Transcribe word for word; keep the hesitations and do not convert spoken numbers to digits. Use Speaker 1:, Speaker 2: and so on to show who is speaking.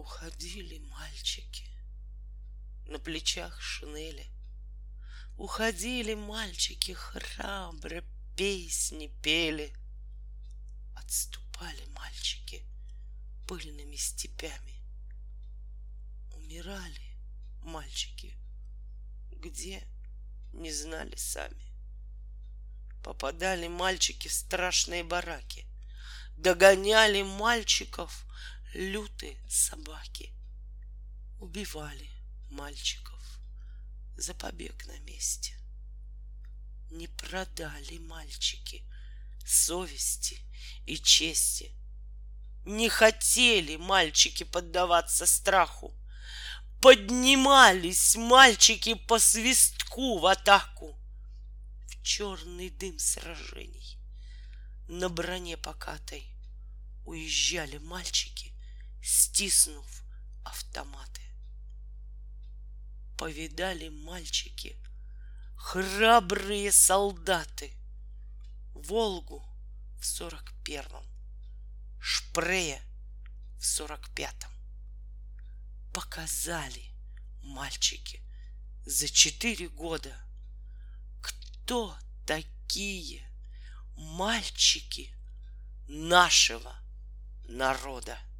Speaker 1: Уходили мальчики, на плечах шинели. Уходили мальчики, храбро песни пели. Отступали мальчики пыльными степями. Умирали мальчики, где, не знали сами. Попадали мальчики в страшные бараки. Догоняли мальчиков лютые собаки. Убивали мальчиков за побег на месте. Не продали мальчики совести и чести. Не хотели мальчики поддаваться страху. Поднимались мальчики по свистку в атаку. В черный дым сражений на броне покатой уезжали мальчики, стиснув автоматы. Повидали мальчики, храбрые солдаты, Волгу в сорок первом, Шпрее в сорок пятом. Показали мальчики за четыре года, кто такие мальчики нашего народа.